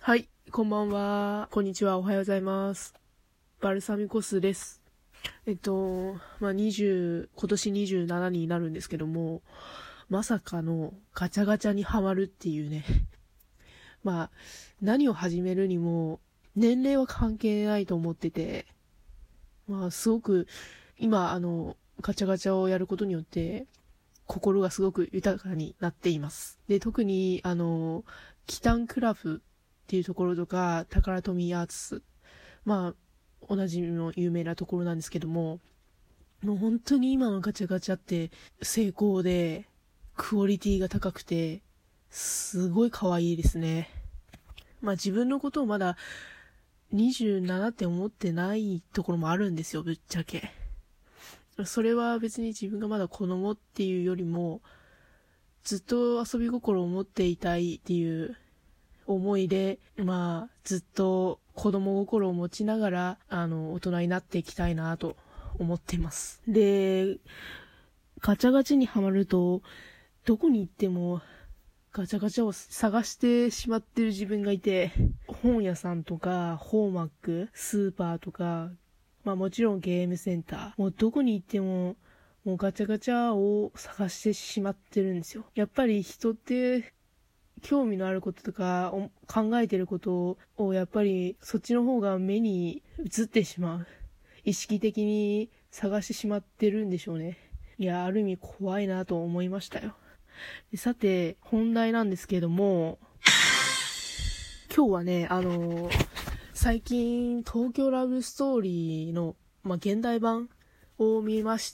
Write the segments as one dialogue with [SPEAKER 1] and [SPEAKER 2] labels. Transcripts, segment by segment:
[SPEAKER 1] はい、こんばんは。こんにちは。おはようございます。バルサミコスです。今年27になるんですけども、まさかのガチャガチャにハマるっていうね。何を始めるにも、年齢は関係ないと思ってて、すごく、今、ガチャガチャをやることによって、心がすごく豊かになっています。で、特に、キタンクラブっていうところとか、タカラトミーアーツ、おなじみの有名なところなんですけども、もう本当に今のガチャガチャって成功で、クオリティが高くて、すごい可愛いですね。自分のことをまだ27って思ってないところもあるんですよ、ぶっちゃけ。それは別に自分がまだ子供っていうよりも、ずっと遊び心を持っていたいっていう思いで、ずっと子供心を持ちながら、大人になっていきたいなと思っています。で、ガチャガチャにはまると、どこに行ってもガチャガチャを探してしまってる自分がいて、本屋さんとか、ホーマック、スーパーとか、もちろんゲームセンター、もうどこに行っても、もうガチャガチャを探してしまってるんですよ。やっぱり人って、興味のあることとか考えてることをやっぱりそっちの方が目に映ってしまう。意識的に探してしまってるんでしょうね。いや、ある意味怖いなと思いましたよ。でさて、本題なんですけども、今日はね、最近東京ラブストーリーの、現代版を見まして、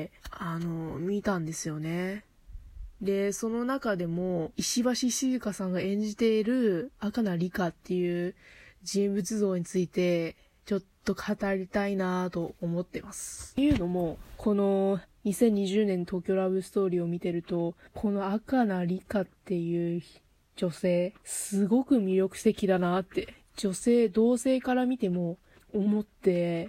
[SPEAKER 1] 見たんですよね。で、その中でも、石橋静香さんが演じている赤名リカっていう人物像について、ちょっと語りたいなと思ってます。というのも、この2020年東京ラブストーリーを見てると、この赤名リカっていう女性、すごく魅力的だなって、女性、同性から見ても思って、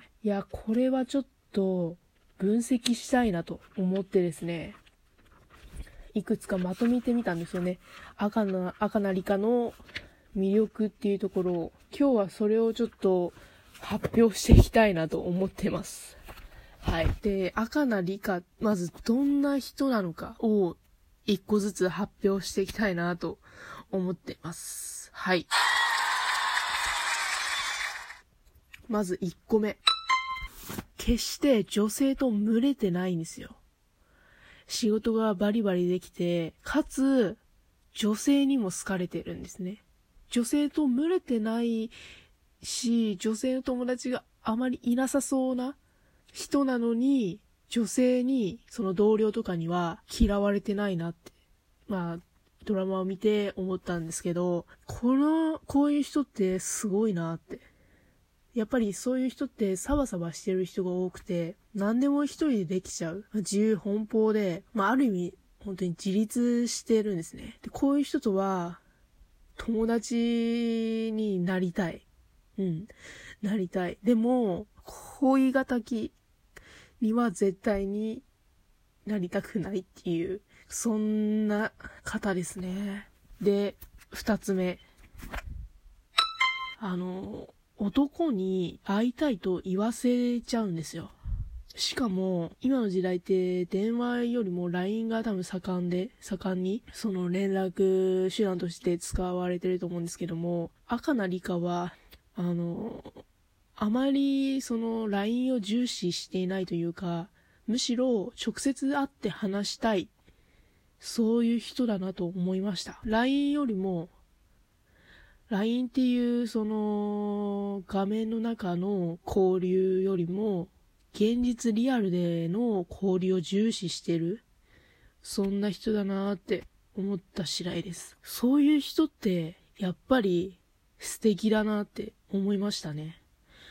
[SPEAKER 1] いや、これはちょっと分析したいなと思ってですね、いくつかまとめてみたんですよね。赤名リカの魅力っていうところを、今日はそれをちょっと発表していきたいなと思ってます。はい。で、赤名リカ、まずどんな人なのかを一個ずつ発表していきたいなと思ってます。はい。まず1個目。決して女性と群れてないんですよ。仕事がバリバリできて、かつ、女性にも好かれてるんですね。女性と群れてないし、女性の友達があまりいなさそうな人なのに、女性に、その同僚とかには嫌われてないなって、ドラマを見て思ったんですけど、こういう人ってすごいなって。やっぱりそういう人ってサバサバしてる人が多くて、何でも一人でできちゃう。自由奔放で、ある意味、本当に自立してるんですね。で、こういう人とは、友達になりたい。なりたい。でも、恋敵には絶対になりたくないっていう、そんな方ですね。で、二つ目。男に会いたいと言わせちゃうんですよ。しかも、今の時代って電話よりも LINE が多分盛んに、その連絡手段として使われてると思うんですけども、赤名リカは、あまりその LINE を重視していないというか、むしろ直接会って話したい。そういう人だなと思いました。LINE よりも、LINE っていうその画面の中の交流よりも現実リアルでの交流を重視してる。そんな人だなーって思った次第です。そういう人ってやっぱり素敵だなって思いましたね。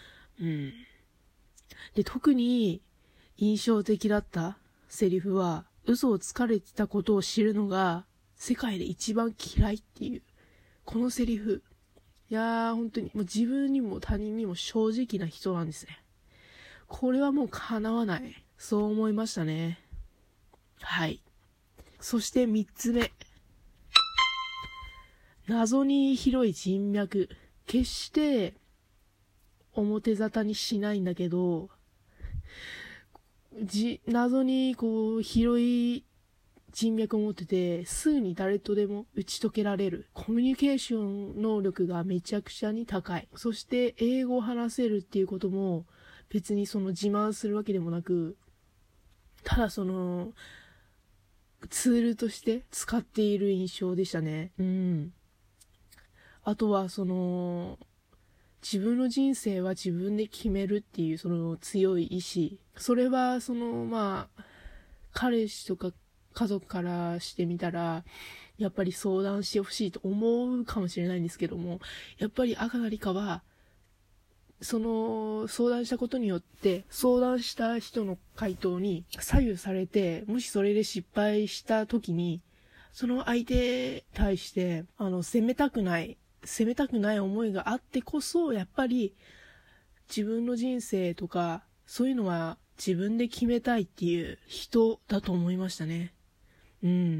[SPEAKER 1] で、特に印象的だったセリフは、嘘をつかれてたことを知るのが世界で一番嫌いっていうこのセリフ。いやー、本当に、もう自分にも他人にも正直な人なんですね。これはもう叶わない。そう思いましたね。はい。そして三つ目。謎に広い人脈。 決して表沙汰にしないんだけど、謎にこう広い人脈を持ってて、すぐに誰とでも打ち解けられる。コミュニケーション能力がめちゃくちゃに高い。そして英語を話せるっていうことも別にその自慢するわけでもなく、ただそのツールとして使っている印象でしたね。あとはその自分の人生は自分で決めるっていうその強い意志。それはその彼氏とか家族からしてみたらやっぱり相談してほしいと思うかもしれないんですけども、やっぱり赤なりかはその相談したことによって相談した人の回答に左右されて、もしそれで失敗した時にその相手に対して責めたくない思いがあってこそ、やっぱり自分の人生とかそういうのは自分で決めたいっていう人だと思いましたね。い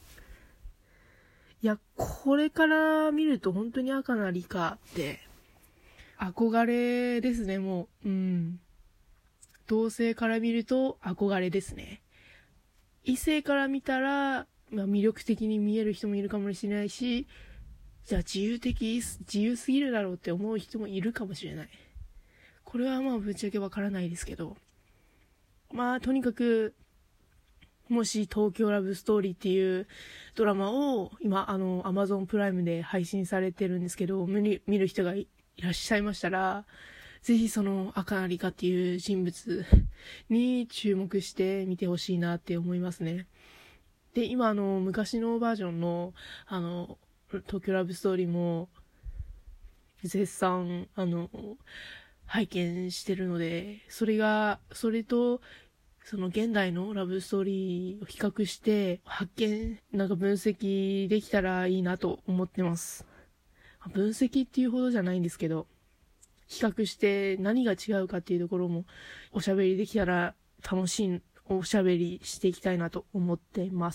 [SPEAKER 1] や、これから見ると本当に赤なリカって憧れですね。もう同性から見ると憧れですね。異性から見たら、魅力的に見える人もいるかもしれないし、じゃあ自由すぎるだろうって思う人もいるかもしれない。これはぶっちゃけわからないですけど、とにかくもし東京ラブストーリーっていうドラマを今Amazon プライムで配信されてるんですけど、見る人がいらっしゃいましたら、ぜひその赤なリカっていう人物に注目して見てほしいなって思いますね。で、今昔のバージョンの東京ラブストーリーも絶賛拝見してるので、それとその現代のラブストーリーを比較して分析できたらいいなと思ってます。分析っていうほどじゃないんですけど、比較して何が違うかっていうところもおしゃべりできたら楽しいおしゃべりしていきたいなと思ってます。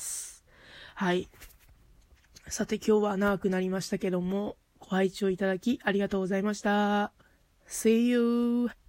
[SPEAKER 1] はい。さて今日は長くなりましたけども、ご拝聴いただきありがとうございました。See you!